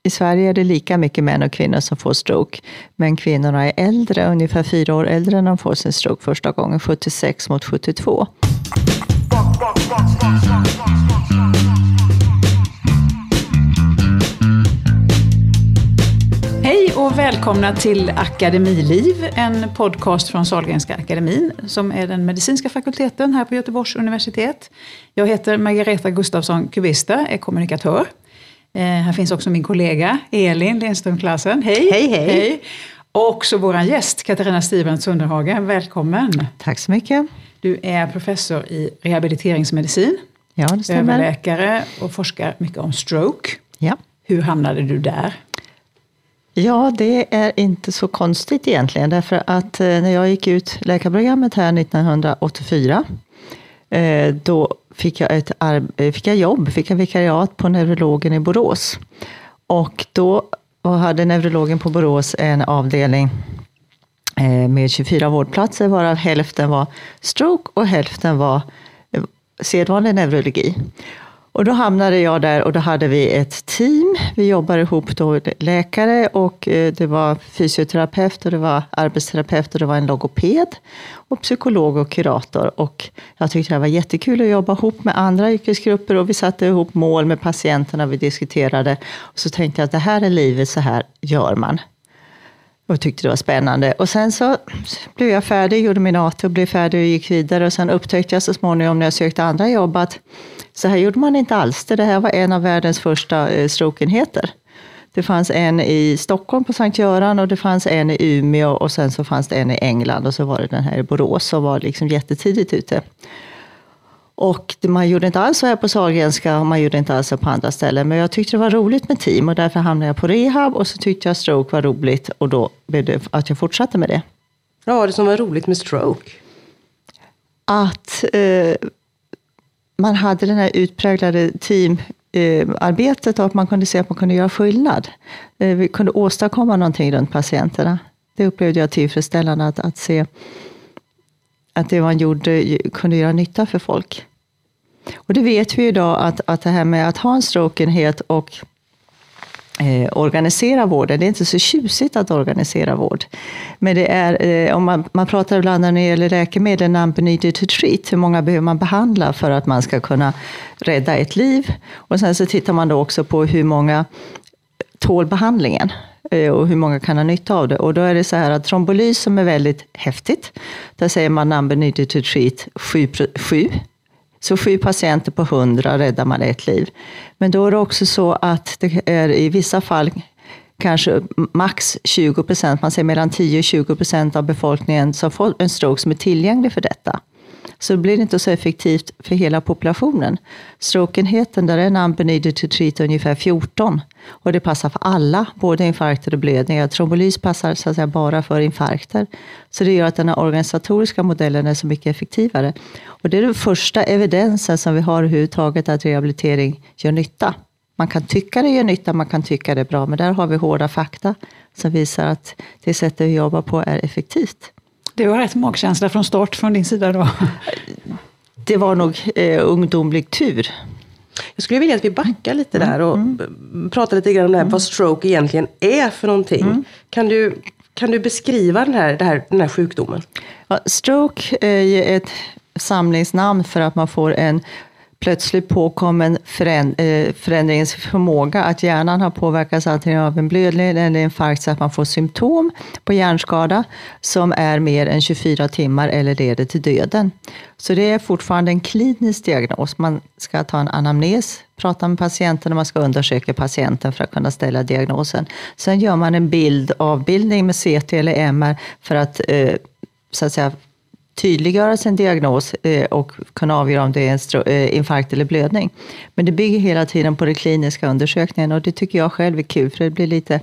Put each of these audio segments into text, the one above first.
i Sverige är det lika mycket män och kvinnor som får stroke. Men kvinnorna är äldre, ungefär 4 år äldre när de får sin stroke första gången, 76 mot 72. Hej och välkomna till Akademiliv, en podcast från Sahlgrenska akademin som är den medicinska fakulteten här på Göteborgs universitet. Jag heter Margareta Gustafsson Kubista, är kommunikatör. Här finns också min kollega Elin Lindström-Klassen. Hej! Hej, hej! Hej! Och så vår gäst Katarina Stibrand Sunderhagen, välkommen! Tack så mycket! Du är professor i rehabiliteringsmedicin. Ja, det stämmer. Överläkare och forskar mycket om stroke. Ja. Hur hamnade du där? Ja, det är inte så konstigt egentligen. Därför att när jag gick ut läkarprogrammet här 1984. Då fick jag vikariat på neurologen i Borås. Och då hade neurologen på Borås en avdelning med 24 vårdplatser, varav hälften var stroke och hälften var sedvanlig neurologi. Och då hamnade jag där och då hade vi ett team. Vi jobbade ihop då läkare och det var fysioterapeut och det var arbetsterapeut och det var en logoped och psykolog och kurator. Och jag tyckte det var jättekul att jobba ihop med andra yrkesgrupper och vi satte ihop mål med patienterna, vi diskuterade. Och så tänkte jag att det här är livet, så här gör man. Och tyckte det var spännande. Och sen så blev jag färdig, gjorde min AT och blev färdig och gick vidare. Och sen upptäckte jag så småningom när jag sökte andra jobb att så här gjorde man inte alls. Det här var en av världens första strokeenheter. Det fanns en i Stockholm på Sankt Göran och det fanns en i Umeå och sen så fanns det en i England och så var det den här i Borås som var liksom jättetidigt ute. Och man gjorde inte alls så här på Sahlgrenska och man gjorde inte alls så på andra ställen. Men jag tyckte det var roligt med team och därför hamnade jag på rehab och så tyckte jag stroke var roligt och då blev det att jag fortsatte med det. Vad var det som var roligt med stroke? Att man hade den här utpräglade teamarbetet och att man kunde se att man kunde göra skillnad. Vi kunde åstadkomma någonting runt patienterna. Det upplevde jag tillfredsställande att se att det man gjorde kunde göra nytta för folk. Och det vet vi ju idag att det här med att ha en strokeenhet och organisera vården, det är inte så tjusigt att organisera vård. Men det är, om man pratar ibland när det gäller läkemedel, number needed to treat, hur många behöver man behandla för att man ska kunna rädda ett liv. Och sen så tittar man då också på hur många tål behandlingen och hur många kan ha nytta av det. Och då är det så här att trombolys som är väldigt häftigt, där säger man number needed to treat 7. Så 7 patienter på 100 räddar man ett liv. Men då är det också så att det är i vissa fall kanske max 20%, man säger mellan 10 och 20% av befolkningen som får en stroke som är tillgänglig för detta. Så det blir inte så effektivt för hela populationen. Strokeenheten, där är number needed to treat ungefär 14. Och det passar för alla, både infarkter och blödningar. Trombolys passar så att säga bara för infarkter. Så det gör att den här organisatoriska modellen är så mycket effektivare. Och det är den första evidensen som vi har överhuvudtaget att rehabilitering gör nytta. Man kan tycka det gör nytta, man kan tycka det är bra. Men där har vi hårda fakta som visar att det sättet vi jobbar på är effektivt. Det var rätt magkänsla från start från din sida då. Det var nog ungdomlig tur. Jag skulle vilja att vi backar lite där och pratar lite grann om det här, vad stroke egentligen är för någonting. Kan du beskriva den här sjukdomen? Ja, stroke är ju ett samlingsnamn för att man får en plötsligt påkommen förändringsförmåga, att hjärnan har påverkats antingen av en blödning eller infarkt så att man får symptom på hjärnskada som är mer än 24 timmar eller leder till döden. Så det är fortfarande en klinisk diagnos. Man ska ta en anamnes, prata med patienten och man ska undersöka patienten för att kunna ställa diagnosen. Sen gör man en avbildning med CT eller MR för att så att säga tydliggöra sin diagnos och kunna avgöra om det är en infarkt eller blödning. Men det bygger hela tiden på den kliniska undersökningen och det tycker jag själv är kul för det blir lite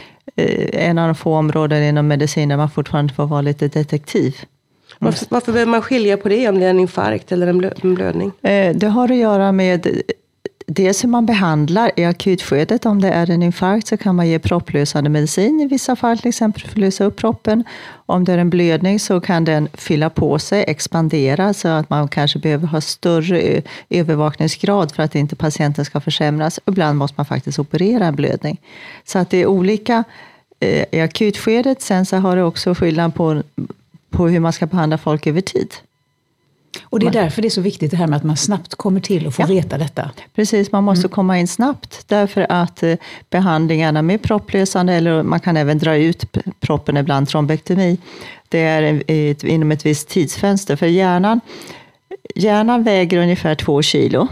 en av de få områden inom medicin där man fortfarande får vara lite detektiv. Varför behöver man skilja på det om det är en infarkt eller en blödning? Det har att göra med dels hur man behandlar i akutskedet. Om det är en infarkt så kan man ge propplösande medicin i vissa fall, till exempel för att lösa upp proppen. Om det är en blödning så kan den fylla på sig, expandera, så att man kanske behöver ha större övervakningsgrad för att inte patienten ska försämras. Ibland måste man faktiskt operera en blödning. Så att det är olika i akutskedet. Sen så har det också skillnad på hur man ska behandla folk över tid. Och det är därför det är så viktigt det här med att man snabbt kommer till och får veta detta. Precis, man måste komma in snabbt därför att behandlingarna med propplösande, eller man kan även dra ut proppen ibland, trombektomi, det är inom ett visst tidsfönster. För hjärnan väger ungefär 2 kilo.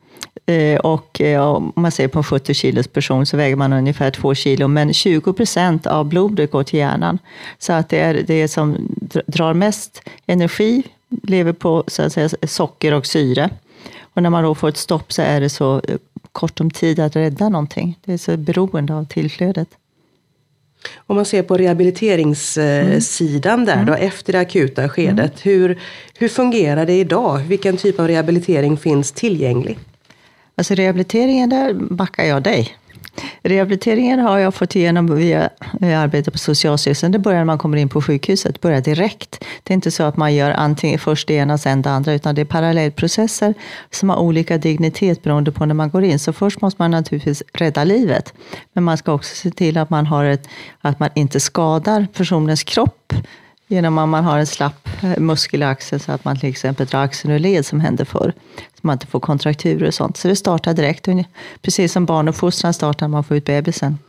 Och om man ser på en 70 kilos person så väger man ungefär 2 kilo. Men 20% av blodet går till hjärnan. Så att det är det som drar mest energi, lever på så att säga, socker och syre. Och när man då får ett stopp så är det så kort om tid att rädda någonting. Det är så beroende av tillflödet. Om man ser på rehabiliteringssidan där då, efter det akuta skedet. Hur fungerar det idag? Vilken typ av rehabilitering finns tillgänglig? Alltså rehabiliteringen, där backar jag dig. Rehabiliteringen har jag fått igenom via arbete på Socialstyrelsen. Det börjar när man kommer in på sjukhuset, det börjar direkt. Det är inte så att man gör antingen först det ena sen det andra, utan det är parallellprocesser som har olika dignitet beroende på när man går in. Så först måste man naturligtvis rädda livet, men man ska också se till att man att man inte skadar personens kropp genom att man har en slapp muskelaxel, så att man till exempel drar axeln ur led som hände förr. Så man inte får kontrakturer och sånt. Så det startar direkt, precis som barnuppfostran startar när man får ut bebisen.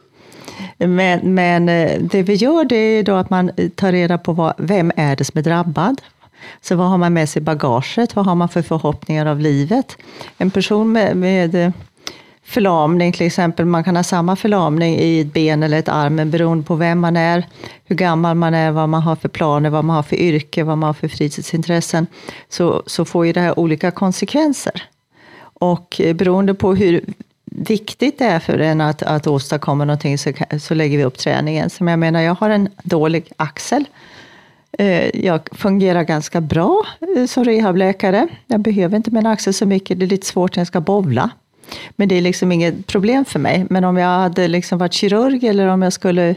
Men det vi gör, det är då att man tar reda på vem är det som är drabbad. Så vad har man med sig i bagaget? Vad har man för förhoppningar av livet? En person med förlamning till exempel, man kan ha samma förlamning i ett ben eller ett arm, men beroende på vem man är, hur gammal man är, vad man har för planer, vad man har för yrke, vad man har för fritidsintressen, så får ju det här olika konsekvenser. Och beroende på hur viktigt det är för en att åstadkomma någonting så lägger vi upp träningen. Som jag menar, jag har en dålig axel. Jag fungerar ganska bra som rehabläkare. Jag behöver inte min axel så mycket, det är lite svårt när jag ska bowla. Men det är liksom inget problem för mig. Men om jag hade liksom varit kirurg eller om jag skulle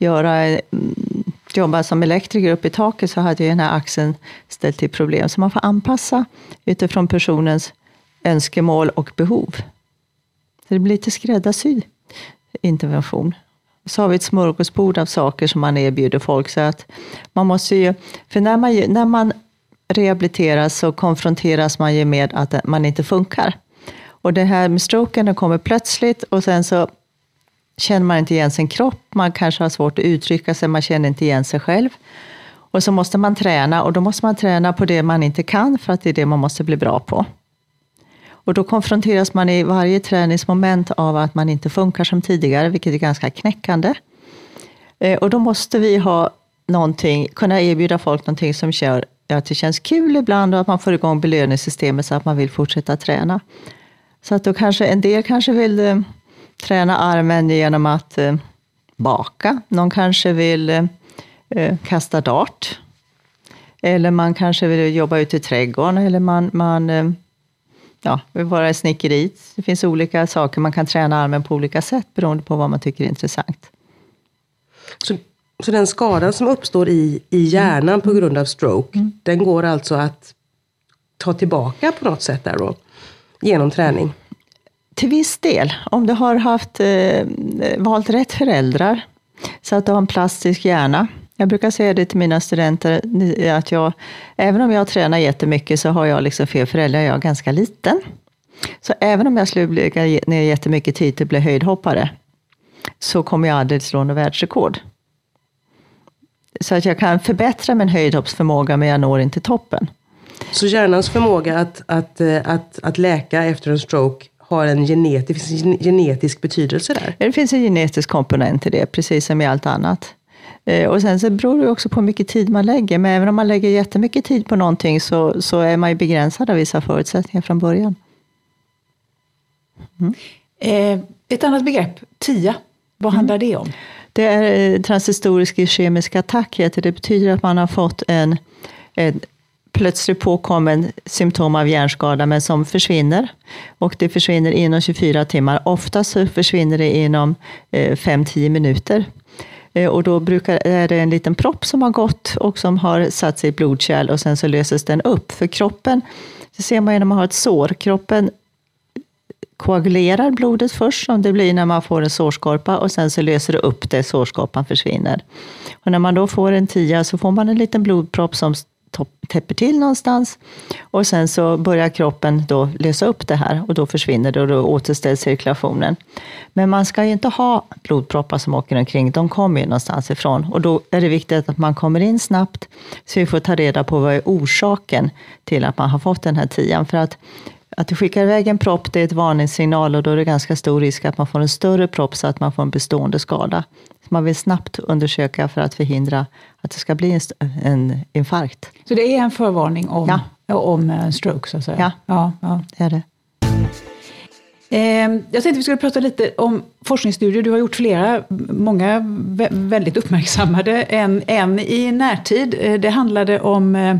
jobba som elektriker upp i taket, så hade ju den här axeln ställt till problem. Så man får anpassa utifrån personens önskemål och behov. Så det blir lite skräddarsydd intervention. Så har vi ett smörgåsbord av saker som man erbjuder folk. Så att man måste ju, för när man rehabiliteras så konfronteras man ju med att man inte funkar. Och det här med stroken, den kommer plötsligt och sen så känner man inte igen sin kropp. Man kanske har svårt att uttrycka sig, man känner inte igen sig själv. Och så måste man träna, och då måste man träna på det man inte kan, för att det är det man måste bli bra på. Och då konfronteras man i varje träningsmoment av att man inte funkar som tidigare, vilket är ganska knäckande. Och då måste vi ha någonting, kunna erbjuda folk någonting som gör att det känns kul ibland och att man får igång belöningssystemet så att man vill fortsätta träna. Så att då kanske en del vill träna armen genom att baka. Någon kanske vill kasta dart. Eller man kanske vill jobba ute i trädgården. Eller man vill vara i snickeriet. Det finns olika saker. Man kan träna armen på olika sätt beroende på vad man tycker är intressant. Så den skadan som uppstår i hjärnan på grund av stroke, den går alltså att ta tillbaka på något sätt där då? Genom träning? Till viss del. Om du har valt rätt föräldrar så att du har en plastisk hjärna. Jag brukar säga det till mina studenter att även om jag tränar jättemycket så har jag liksom fel föräldrar. Jag är ganska liten. Så även om jag skulle lägga ner jättemycket tid till att bli höjdhoppare så kommer jag aldrig slå något världsrekord. Så att jag kan förbättra min höjdhoppsförmåga, men jag når inte toppen. Så hjärnans förmåga att läka efter en stroke har en genetisk betydelse där? Det finns en genetisk komponent i det, precis som i allt annat. Och sen så beror det också på hur mycket tid man lägger. Men även om man lägger jättemycket tid på någonting så är man ju begränsad av vissa förutsättningar från början. Ett annat begrepp, TIA, vad handlar det om? Det är transhistorisk ischemisk attack. Det betyder att man har fått en plötsligt påkommen symptom av hjärnskada, men som försvinner. Och det försvinner inom 24 timmar. Oftast så försvinner det inom 5-10 minuter. Och då är det en liten propp som har gått och som har satt sig i blodkärl, och sen så löses den upp. För kroppen, det ser man ju när man har ett sår, kroppen koagulerar blodet först, som det blir när man får en sårskorpa, och sen så löser det upp det, sårskorpan försvinner. Och när man då får en TIA så får man en liten blodpropp som täpper till någonstans, och sen så börjar kroppen då lösa upp det här, och då försvinner det och då återställs cirkulationen. Men man ska ju inte ha blodproppar som åker omkring, de kommer ju någonstans ifrån, och då är det viktigt att man kommer in snabbt så vi får ta reda på vad är orsaken till att man har fått den här TIAn. För att du skickar iväg en propp, det är ett varningssignal, och då är det ganska stor risk att man får en större propp så att man får en bestående skada. Så man vill snabbt undersöka för att förhindra att det ska bli en infarkt. Så det är en förvarning om en stroke, så att säga? Ja, det är det. Jag tänkte vi skulle prata lite om forskningsstudier. Du har gjort många väldigt uppmärksammade. En i närtid, det handlade om...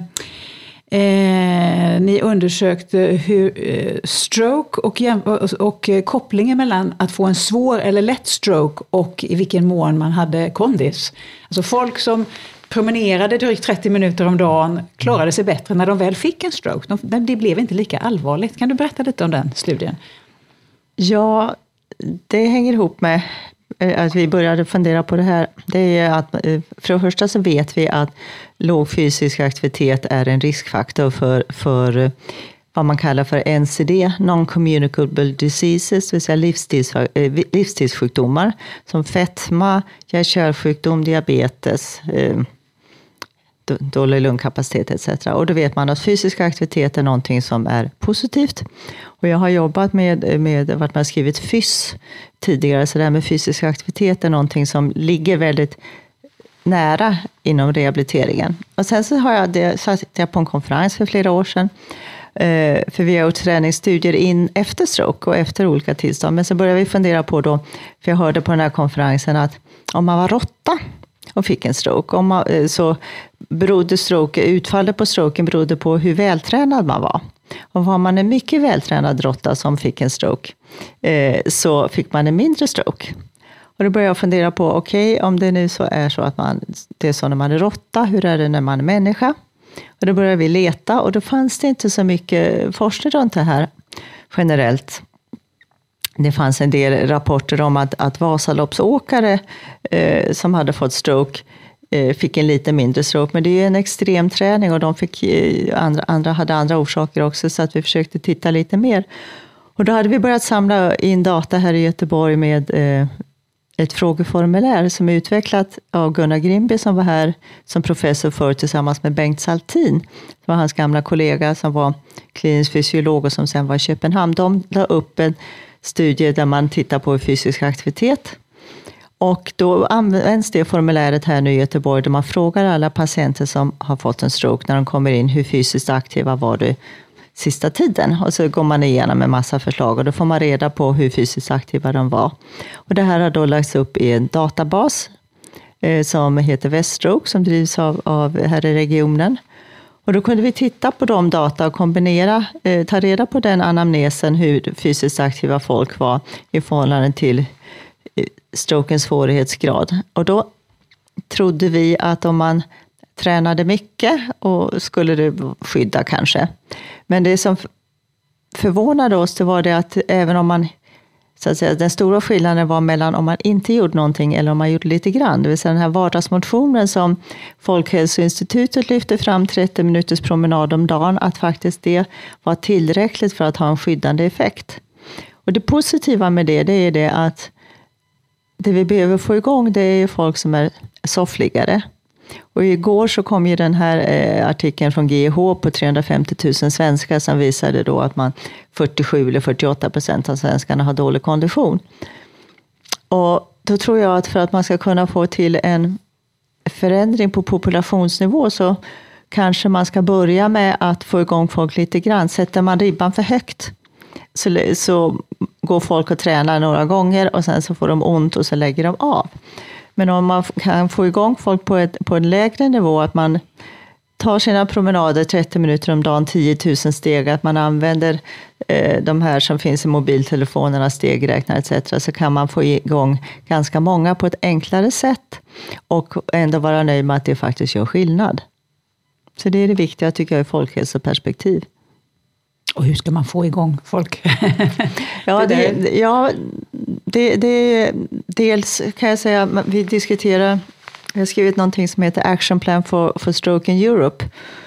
ni undersökte hur stroke och kopplingen mellan att få en svår eller lätt stroke och i vilken mån man hade kondis. Alltså folk som promenerade drygt 30 minuter om dagen klarade sig bättre när de väl fick en stroke. Det blev inte lika allvarligt. Kan du berätta lite om den studien? Ja, det hänger ihop med att vi började fundera på det här. Det är att för det första så vet vi att låg fysisk aktivitet är en riskfaktor för vad man kallar för NCD, non-communicable diseases, det vill säga livsstilssjukdomar som fetma, hjärt-kärlsjukdom, diabetes, dålig lungkapacitet etc. Och då vet man att fysisk aktivitet är någonting som är positivt. Och jag har jobbat med vad man skrivit FYSS tidigare, så det här med fysisk aktivitet är någonting som ligger väldigt nära inom rehabiliteringen. Och sen så satt jag på en konferens för flera år sedan, för vi har gjort träningsstudier in efter stroke och efter olika tillstånd. Men så började vi fundera på då, för jag hörde på den här konferensen att om man var råtta och fick en stroke, så berodde utfallet på stroken berodde på hur vältränad man var. Och var man en mycket vältränad råtta som fick en stroke, så fick man en mindre stroke. Och då började jag fundera på, om det nu så är så att det är så när man är råtta, hur är det när man är människa? Och då började vi leta, och då fanns det inte så mycket forskning runt det här generellt. Det fanns en del rapporter om att Vasaloppsåkare som hade fått stroke fick en lite mindre stroke, men det är ju en extrem träning och de fick hade andra orsaker också, så att vi försökte titta lite mer. Och då hade vi börjat samla in data här i Göteborg med ett frågeformulär som är utvecklat av Gunnar Grimby som var här som professor för tillsammans med Bengt Saltin. Det var hans gamla kollega som var klinisk fysiolog och som sen var i Köpenhamn. De la upp en studie där man tittar på fysisk aktivitet. Och då används det formuläret här nu i Göteborg där man frågar alla patienter som har fått en stroke när de kommer in, hur fysiskt aktiva var du sista tiden? Och så går man igenom en massa förslag och då får man reda på hur fysiskt aktiva de var. Och det här har då lagts upp i en databas som heter Väststroke som drivs av här i regionen. Och då kunde vi titta på de data och ta reda på den anamnesen hur fysiskt aktiva folk var i förhållande till strokens svårighetsgrad. Och då trodde vi att om man tränade mycket och skulle det skydda kanske. Men det som förvånade oss det var det att även om man, så att säga, den stora skillnaden var mellan om man inte gjorde någonting eller om man gjorde lite grann. Det vill säga den här vardagsmotionen som Folkhälsoinstitutet lyfte fram 30 minuters promenad om dagen, att faktiskt det var tillräckligt för att ha en skyddande effekt. Och det positiva med det är det att det vi behöver få igång det är folk som är soffliggare. Och igår så kom ju den här artikeln från GIH på 350 000 svenskar som visade då att 47 eller 48% av svenskarna har dålig kondition. Och då tror jag att för att man ska kunna få till en förändring på populationsnivå så kanske man ska börja med att få igång folk lite grann. Sätter man ribban för högt så går folk och tränar några gånger och sen så får de ont och så lägger de av. Men om man kan få igång folk på en lägre nivå, att man tar sina promenader 30 minuter om dagen, 10 000 steg, att man använder de här som finns i mobiltelefonerna, stegräknare etc. så kan man få igång ganska många på ett enklare sätt och ändå vara nöjd med att det faktiskt gör skillnad. Så det är det viktiga tycker jag i folkhälsoperspektiv. Och hur ska man få igång folk? Dels kan jag säga, vi diskuterar, jag har skrivit någonting som heter Action Plan for Stroke in Europe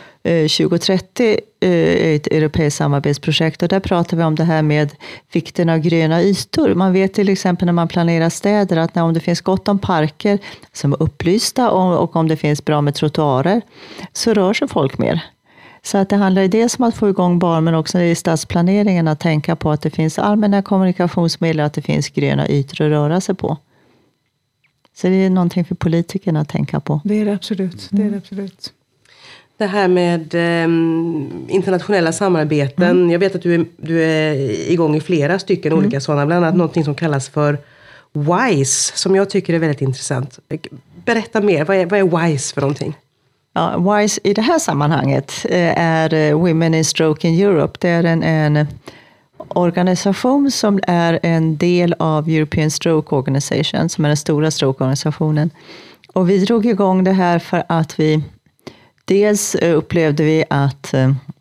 2030, ett europeiskt samarbetsprojekt, och där pratar vi om det här med vikten av gröna ytor. Man vet till exempel när man planerar städer att om det finns gott om parker som är upplysta och om det finns bra med trottoarer så rör sig folk mer. Så att det handlar i det som att få igång barn, men också i stadsplaneringen att tänka på att det finns allmänna kommunikationsmedel och att det finns gröna ytor att röra sig på. Så det är någonting för politikerna att tänka på. Det är det absolut. Det är det absolut. Det här med internationella samarbeten. Jag vet att du är igång i flera stycken olika sådana. Bland annat någonting som kallas för WISE. Som jag tycker är väldigt intressant. Berätta mer. Vad är WISE för någonting? Ja, WISE i det här sammanhanget är Women in Stroke in Europe. Det är en organisation som är en del av European Stroke Organization, som är den stora strokeorganisationen. Och vi drog igång det här för att vi dels upplevde vi att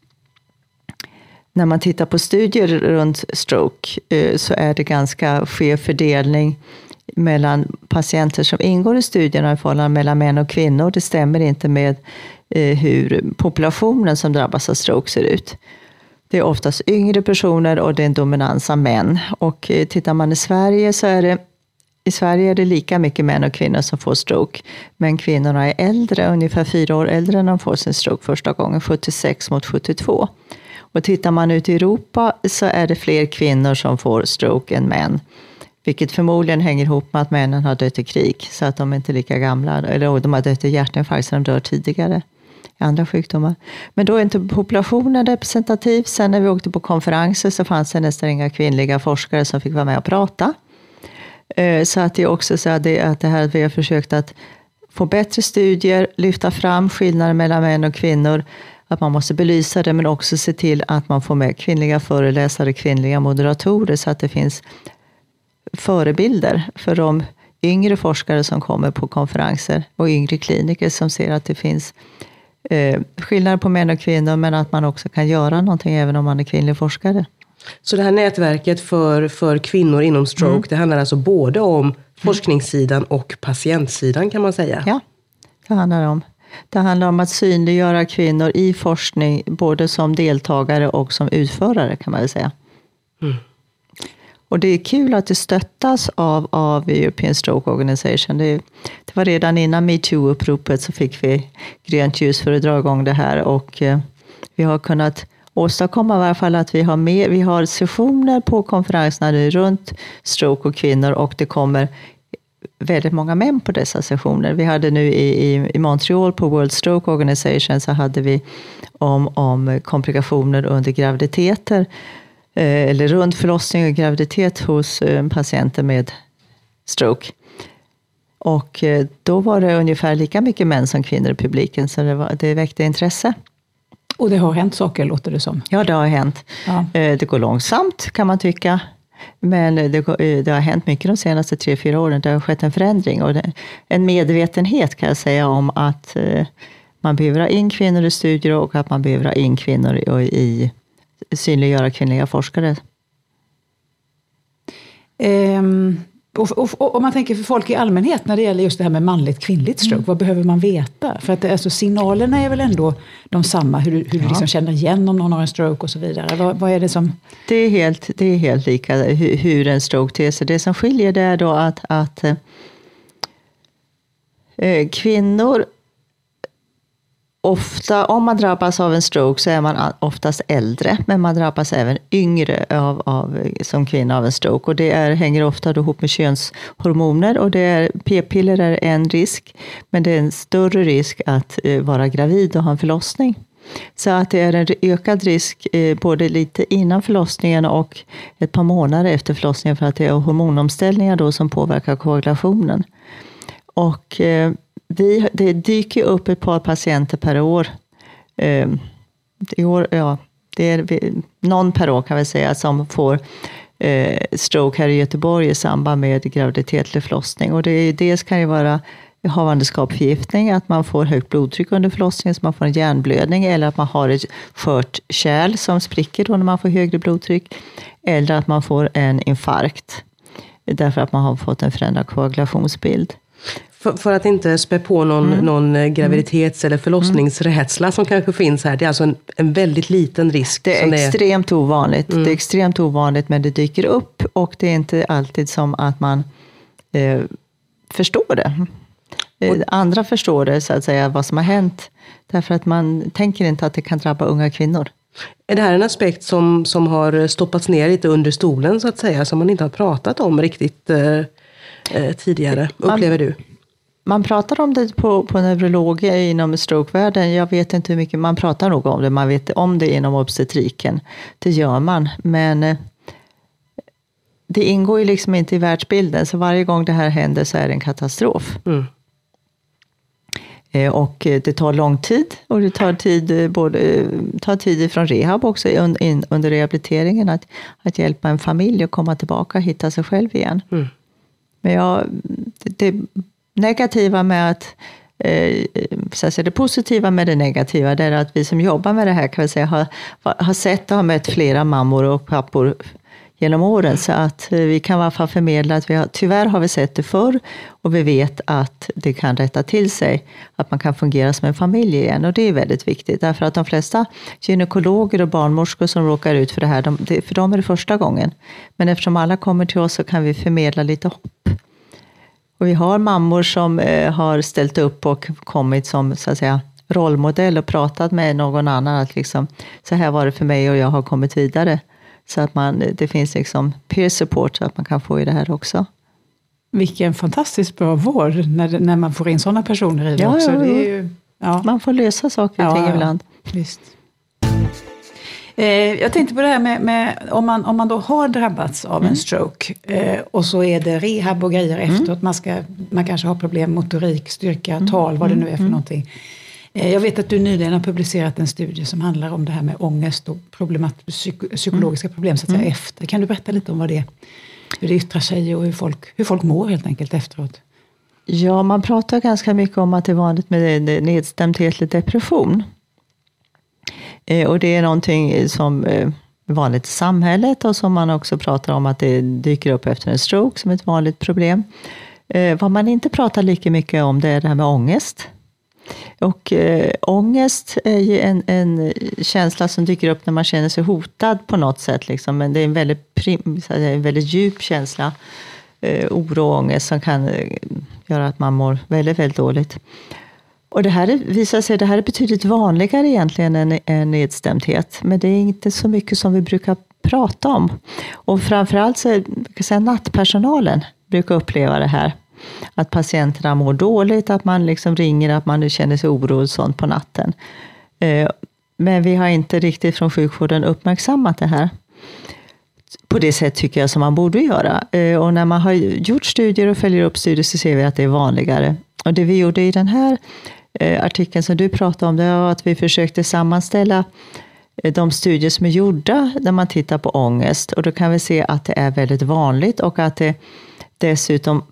när man tittar på studier runt stroke så är det ganska skev fördelning mellan patienter som ingår i studierna i förhållande mellan män och kvinnor. Det stämmer inte med hur populationen som drabbas av stroke ser ut. Det är oftast yngre personer och det är en dominans av män. Och tittar man i Sverige så är det lika mycket män och kvinnor som får stroke. Men kvinnorna är äldre, ungefär 4 år äldre när de får sin stroke första gången, 76 mot 72. Och tittar man ut i Europa så är det fler kvinnor som får stroke än män. Vilket förmodligen hänger ihop med att männen har dött i krig. Så att de inte är lika gamla. Eller de har dött i hjärtinfarkt så de dör tidigare. I andra sjukdomar. Men då är inte populationen representativ. Sen när vi åkte på konferenser så fanns det nästan inga kvinnliga forskare som fick vara med och prata. Så att det är också så att det här att vi har försökt att få bättre studier. Lyfta fram skillnader mellan män och kvinnor. Att man måste belysa det men också se till att man får med kvinnliga föreläsare, kvinnliga moderatorer. Så att det finns förebilder för de yngre forskare som kommer på konferenser och yngre kliniker som ser att det finns skillnader på män och kvinnor men att man också kan göra någonting även om man är kvinnlig forskare. Så det här nätverket för kvinnor inom stroke, det handlar alltså både om forskningssidan och patientsidan kan man säga? Ja, det handlar om att synliggöra kvinnor i forskning både som deltagare och som utförare kan man väl säga. Och det är kul att det stöttas av European Stroke Organization. Det var redan innan MeToo-uppropet så fick vi grönt ljus för att dra igång det här. Och vi har kunnat åstadkomma i alla fall att vi har sessioner på konferenserna nu runt stroke och kvinnor. Och det kommer väldigt många män på dessa sessioner. Vi hade nu i Montreal på World Stroke Organization så hade vi om komplikationer under graviditeter. Eller runt förlossning och graviditet hos patienter med stroke. Och då var det ungefär lika mycket män som kvinnor i publiken så det väckte intresse. Och det har hänt saker låter det som. Ja, det har hänt. Ja. Det går långsamt kan man tycka. Men det har hänt mycket de senaste 3-4 åren. Det har skett en förändring och en medvetenhet kan jag säga om att man behöver ha in kvinnor i studier och att man behöver ha in kvinnor i synliggöra kvinnliga forskare. Och om man tänker för folk i allmänhet när det gäller just det här med manligt kvinnligt stroke, vad behöver man veta? För att alltså, signalerna är väl ändå de samma, hur du liksom känner igen om någon har en stroke och så vidare. Vad är det som... Det är helt lika hur en stroke ter sig. Det som skiljer det är då att kvinnor ofta, om man drabbas av en stroke så är man oftast äldre, men man drabbas även yngre som kvinna av en stroke. Och det hänger ofta ihop med könshormoner och p-piller är en risk, men det är en större risk att vara gravid och ha en förlossning. Så att det är en ökad risk både lite innan förlossningen och ett par månader efter förlossningen för att det är hormonomställningar då som påverkar koagulationen. Och det dyker upp ett par patienter per år i år, det är någon per år kan vi säga som får stroke här i Göteborg i samband med graviditet eller förlossning. Och dels kan det vara havandeskapsförgiftning, att man får högt blodtryck under förlossningen så man får en hjärnblödning, eller att man har ett skört kärl som spricker då när man får högre blodtryck, eller att man får en infarkt därför att man har fått en förändrad koagulationsbild. För att inte spä på någon graviditets- eller förlossningsrädsla som kanske finns här. Det är alltså en väldigt liten risk. Det är extremt ovanligt. Det är extremt ovanligt, men det dyker upp. Och det är inte alltid som att man förstår det. Andra förstår det, så att säga, vad som har hänt. Därför att man tänker inte att det kan drabba unga kvinnor. Är det här en aspekt som har stoppats ner lite under stolen, så att säga, som man inte har pratat om riktigt tidigare, upplever du? Man pratar om det på neurologer inom strokevärlden. Jag vet inte hur mycket man pratar nog om det. Man vet om det inom obstetriken. Det gör man. Men det ingår ju liksom inte i världsbilden. Så varje gång det här händer så är det en katastrof. Och det tar lång tid. Och det tar tid från rehab också under rehabiliteringen. Att hjälpa en familj att komma tillbaka och hitta sig själv igen. Men det negativa med att så att säga, det positiva med det negativa, det är att vi som jobbar med det här, kan vi säga, har sett och har mött flera mammor och pappor genom åren, så att vi kan i alla fall förmedla att tyvärr har vi sett det förr, och vi vet att det kan rätta till sig, att man kan fungera som en familj igen, och det är väldigt viktigt, därför att de flesta gynekologer och barnmorskor som råkar ut för det här, för dem är det första gången, men eftersom alla kommer till oss så kan vi förmedla lite hopp. Och vi har mammor som har ställt upp och kommit som, så att säga, rollmodell och pratat med någon annan att liksom, så här var det för mig och jag har kommit vidare. Så att det finns liksom peer support så att man kan få i det här också. Vilken fantastiskt bra vård när man får in sådana personer i det också. Det är ju, man får lösa saker och ting ibland. Visst. Jag tänkte på det här med om man då har drabbats av en stroke och så är det rehab och grejer efteråt. Man kanske har problem, motorik, styrka, tal, vad det nu är för någonting. Jag vet att du nyligen har publicerat en studie som handlar om det här med ångest och psykologiska problem så att säga efter. Kan du berätta lite om hur det yttrar sig och hur folk mår helt enkelt efteråt? Ja, man pratar ganska mycket om att det är vanligt med nedstämdhet eller depression. Och det är någonting som är vanligt i samhället och som man också pratar om att det dyker upp efter en stroke som ett vanligt problem. Vad man inte pratar lika mycket om, det är det här med ångest. Och ångest är ju en känsla som dyker upp när man känner sig hotad på något sätt. Liksom. Men det är en väldigt djup känsla, oro och ångest, som kan göra att man mår väldigt, väldigt dåligt. Och det här visar sig, det här är betydligt vanligare egentligen än nedstämdhet. Men det är inte så mycket som vi brukar prata om. Och framförallt så kan jag säga, nattpersonalen brukar uppleva det här. Att patienterna mår dåligt, att man liksom ringer, att man känner sig orolig och sånt på natten. Men vi har inte riktigt från sjukvården uppmärksammat det här. På det sätt tycker jag som man borde göra. Och när man har gjort studier och följer upp studier så ser vi att det är vanligare. Och det vi gjorde i den här artikeln som du pratade om, det var att vi försökte sammanställa de studier som är gjorda när man tittar på ångest. Och då kan vi se att det är väldigt vanligt och att det dessutom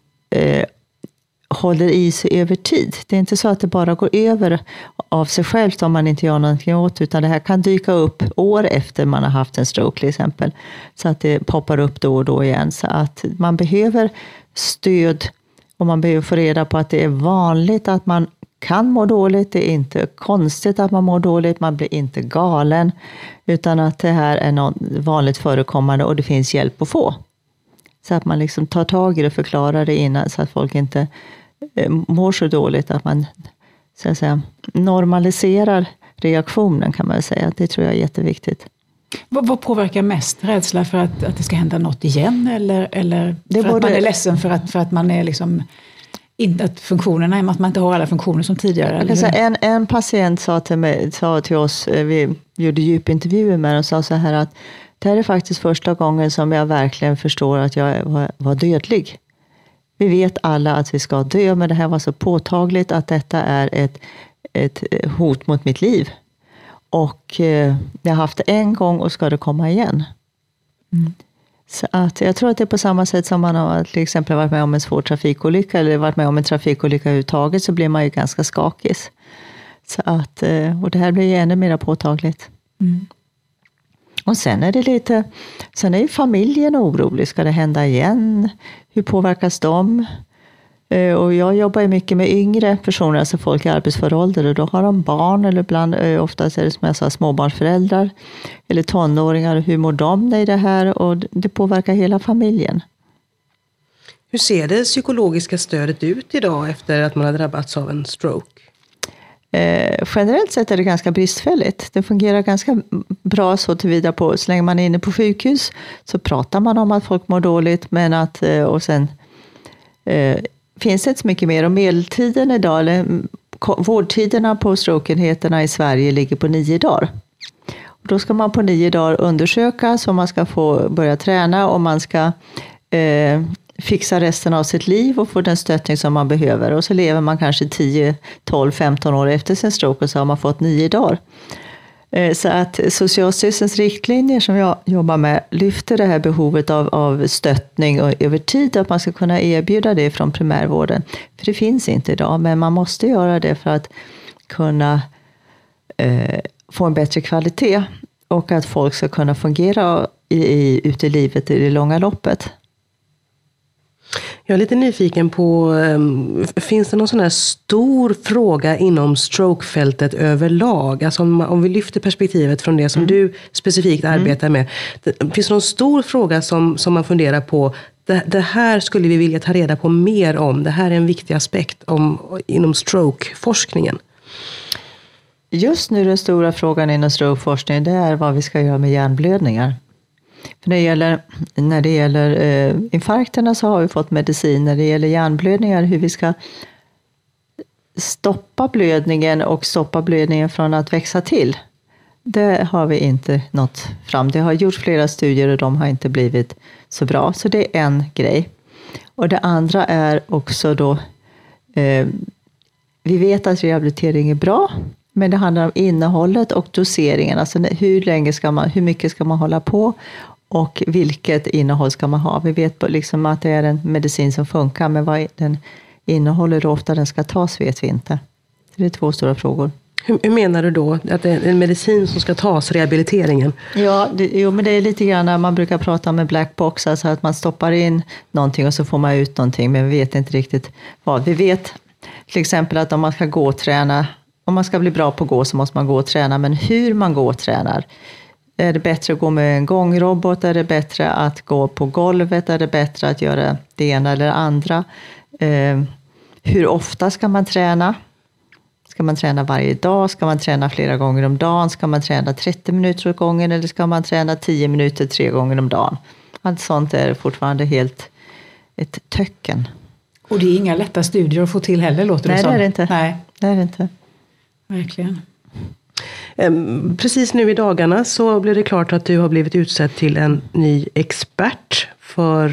håller i sig över tid. Det är inte så att det bara går över av sig självt om man inte gör någonting åt, utan det här kan dyka upp år efter man har haft en stroke till exempel. Så att det poppar upp då och då igen. Så att man behöver stöd och man behöver få reda på att det är vanligt att man kan må dåligt. Det är inte konstigt att man mår dåligt, man blir inte galen, utan att det här är något vanligt förekommande och det finns hjälp att få. Så att man liksom tar tag i det och förklarar det innan, så att folk inte mår så dåligt, att man, så att säga, normaliserar reaktionen, kan man säga. Det tror jag är jätteviktigt. Vad påverkar mest? Rädsla för att det ska hända något igen? Eller det för att man är ledsen för att man är liksom inte att funktionerna, att man inte har alla funktioner som tidigare? Jag kan säga, en patient sa till oss, vi gjorde djupintervjuer med och sa så här att det här är faktiskt första gången som jag verkligen förstår att jag var dödlig. Vi vet alla att vi ska dö, men det här var så påtagligt att detta är ett hot mot mitt liv. Och jag har haft det en gång och ska det komma igen. Så att jag tror att det är på samma sätt som man har till exempel varit med om en svår trafikolycka eller varit med om en trafikolycka överhuvudtaget, så blir man ju ganska skakig. Så att, och det här blir ju ännu mer påtagligt. Och sen är ju familjen orolig. Ska det hända igen? Hur påverkas de? Och jag jobbar ju mycket med yngre personer, alltså folk i arbetsför ålder, och då har de barn, eller ibland, oftast är det som jag sa, småbarnsföräldrar eller tonåringar. Hur mår de i det här? Och det påverkar hela familjen. Hur ser det psykologiska stödet ut idag efter att man har drabbats av en stroke? Generellt sett är det ganska bristfälligt. Det fungerar ganska bra så tillvida på, så länge man är inne på sjukhus så pratar man om att folk mår dåligt, men att, och sen finns det inte så mycket mer. Och medeltiden idag, eller vårdtiderna på strokeenheterna i Sverige ligger på 9 dagar. Och då ska man på 9 dagar undersökas om man ska få börja träna, och man ska fixa resten av sitt liv och få den stöttning som man behöver. Och så lever man kanske 10, 12, 15 år efter sin stroke, och så har man fått 9 dagar. Så att Socialstyrelsens riktlinjer som jag jobbar med lyfter det här behovet av stöttning och över tid, att man ska kunna erbjuda det från primärvården. För det finns inte idag, men man måste göra det för att kunna få en bättre kvalitet och att folk ska kunna fungera ute i livet i det långa loppet. Jag är lite nyfiken på, finns det någon sån här stor fråga inom strokefältet överlag? Alltså om vi lyfter perspektivet från det som du specifikt arbetar med. Finns det någon stor fråga som man funderar på? Det här skulle vi vilja ta reda på mer om. Det här är en viktig aspekt inom strokeforskningen. Just nu den stora frågan inom strokeforskningen, det är vad vi ska göra med hjärnblödningar. För när det gäller infarkterna så har vi fått medicin. När det gäller hjärnblödningar, hur vi ska stoppa blödningen och stoppa blödningen från att växa till. Det har vi inte nått fram. Det har gjorts flera studier och de har inte blivit så bra. Så det är en grej. Och det andra är också då, vi vet att rehabilitering är bra. Men det handlar om innehållet och doseringen. Alltså hur mycket ska man hålla på och vilket innehåll ska man ha. Vi vet liksom att det är en medicin som funkar, men vad den innehåller och hur ofta den ska tas vet vi inte. Det är 2 stora frågor. Hur menar du då? Att det är en medicin som ska tas, rehabiliteringen? Ja, men det är lite grann, man brukar prata om en black box, alltså att man stoppar in någonting och så får man ut någonting, men vi vet inte riktigt vad. Vi vet till exempel att om man ska gå och träna, om man ska bli bra på att gå så måste man gå och träna, men hur man går och tränar. Är det bättre att gå med en gångrobot? Är det bättre att gå på golvet? Är det bättre att göra det ena eller det andra? Hur ofta ska man träna? Ska man träna varje dag? Ska man träna flera gånger om dagen? Ska man träna 30 minuter åt gången? Eller ska man träna 10 minuter 3 gånger om dagen? Allt sånt är fortfarande helt ett töcken. Och det är inga lätta studier att få till heller, låter det som. Nej, det är det inte. Nej, det är det inte. Verkligen. Precis nu i dagarna så blev det klart att du har blivit utsedd till en ny expert för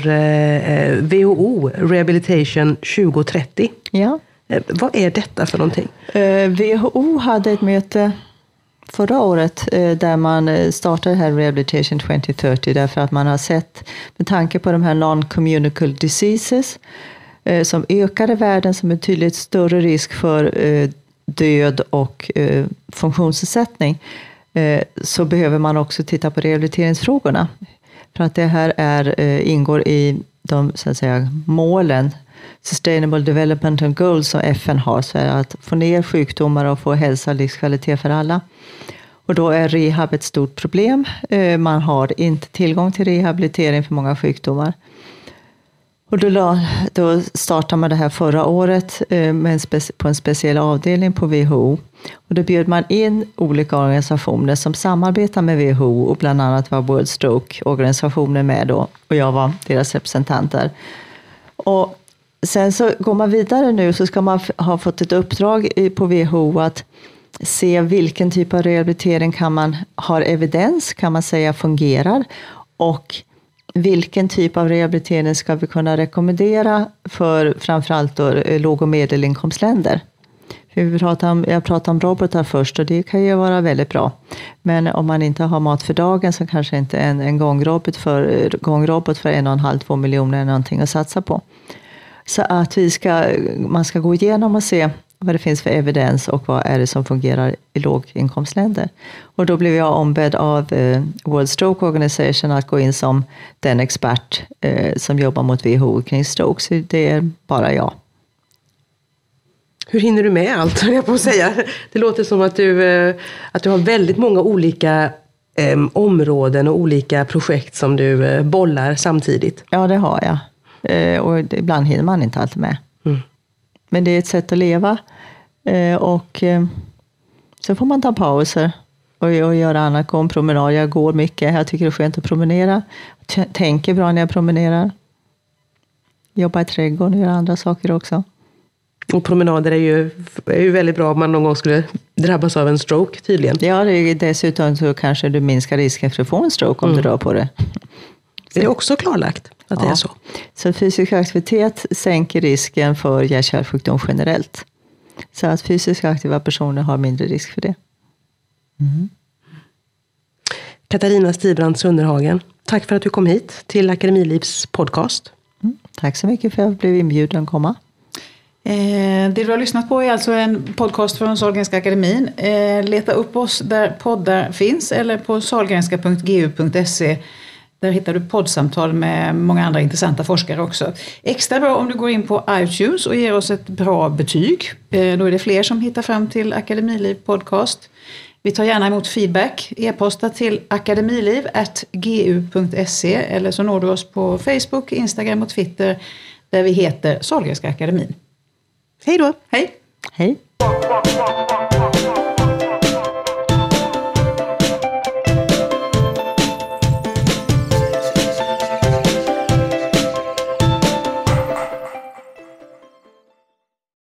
WHO Rehabilitation 2030. Ja. Vad är detta för någonting? WHO hade ett möte förra året där man startade här Rehabilitation 2030 därför att man har sett, med tanke på de här non-communicable diseases som ökar i världen, som är tydligt större risk för död och funktionsnedsättning, så behöver man också titta på rehabiliteringsfrågorna. För att det här ingår i de, så att säga, målen, Sustainable Development Goals, som FN har, så är att få ner sjukdomar och få hälsa och livskvalitet för alla. Och då är rehab ett stort problem. Man har inte tillgång till rehabilitering för många sjukdomar. Och då startade man det här förra året på en speciell avdelning på WHO. Och då bjöd man in olika organisationer som samarbetar med WHO, och bland annat var World Stroke-organisationen med då. Och jag var deras representanter. Och sen så går man vidare nu, så ska man ha fått ett uppdrag på WHO att se vilken typ av rehabilitering har evidens, kan man säga fungerar, och vilken typ av rehabilitering ska vi kunna rekommendera för framförallt då låg- och medelinkomstländer. Jag pratar om robotar först och det kan ju vara väldigt bra. Men om man inte har mat för dagen så kanske inte en gångrobot för 1,5-2 miljoner är någonting att satsa på. Så att man ska gå igenom och se vad det finns för evidens och vad är det som fungerar i låginkomstländer. Och då blev jag ombedd av World Stroke Organization att gå in som den expert som jobbar mot WHO kring stroke. Så det är bara jag. Hur hinner du med allt, jag på att säga? Det låter som att du har väldigt många olika områden och olika projekt som du bollar samtidigt. Ja, det har jag. Och ibland hinner man inte alltid med. Mm. Men det är ett sätt att leva. Och så får man ta pauser och göra annat. Gå en promenad. Jag går mycket. Jag tycker det är skönt att promenera. Tänker bra när jag promenerar. Jobbar i trädgården och gör andra saker också. Och promenader är ju väldigt bra om man någon gång skulle drabbas av en stroke tydligen. Ja, dessutom så kanske du minskar risken för att få en stroke om du rör på det. Det är också klarlagt att det är så. Så fysisk aktivitet sänker risken för hjärt-kärlsjukdom generellt. Så att fysiskt aktiva personer har mindre risk för det. Mm. Katarina Stibrand Sunderhagen, tack för att du kom hit till Akademilivs podcast. Tack så mycket för att jag blev inbjuden att komma. Det du har lyssnat på är alltså en podcast från Sahlgrenska akademin. Leta upp oss där poddar finns eller på sahlgrenska.gu.se. Där hittar du poddsamtal med många andra intressanta forskare också. Extra bra om du går in på iTunes och ger oss ett bra betyg. Då är det fler som hittar fram till Akademiliv podcast. Vi tar gärna emot feedback. E-posta till akademiliv@gu.se eller så når du oss på Facebook, Instagram och Twitter där vi heter Sahlgrenska akademin. Hej då! Hej! Hej!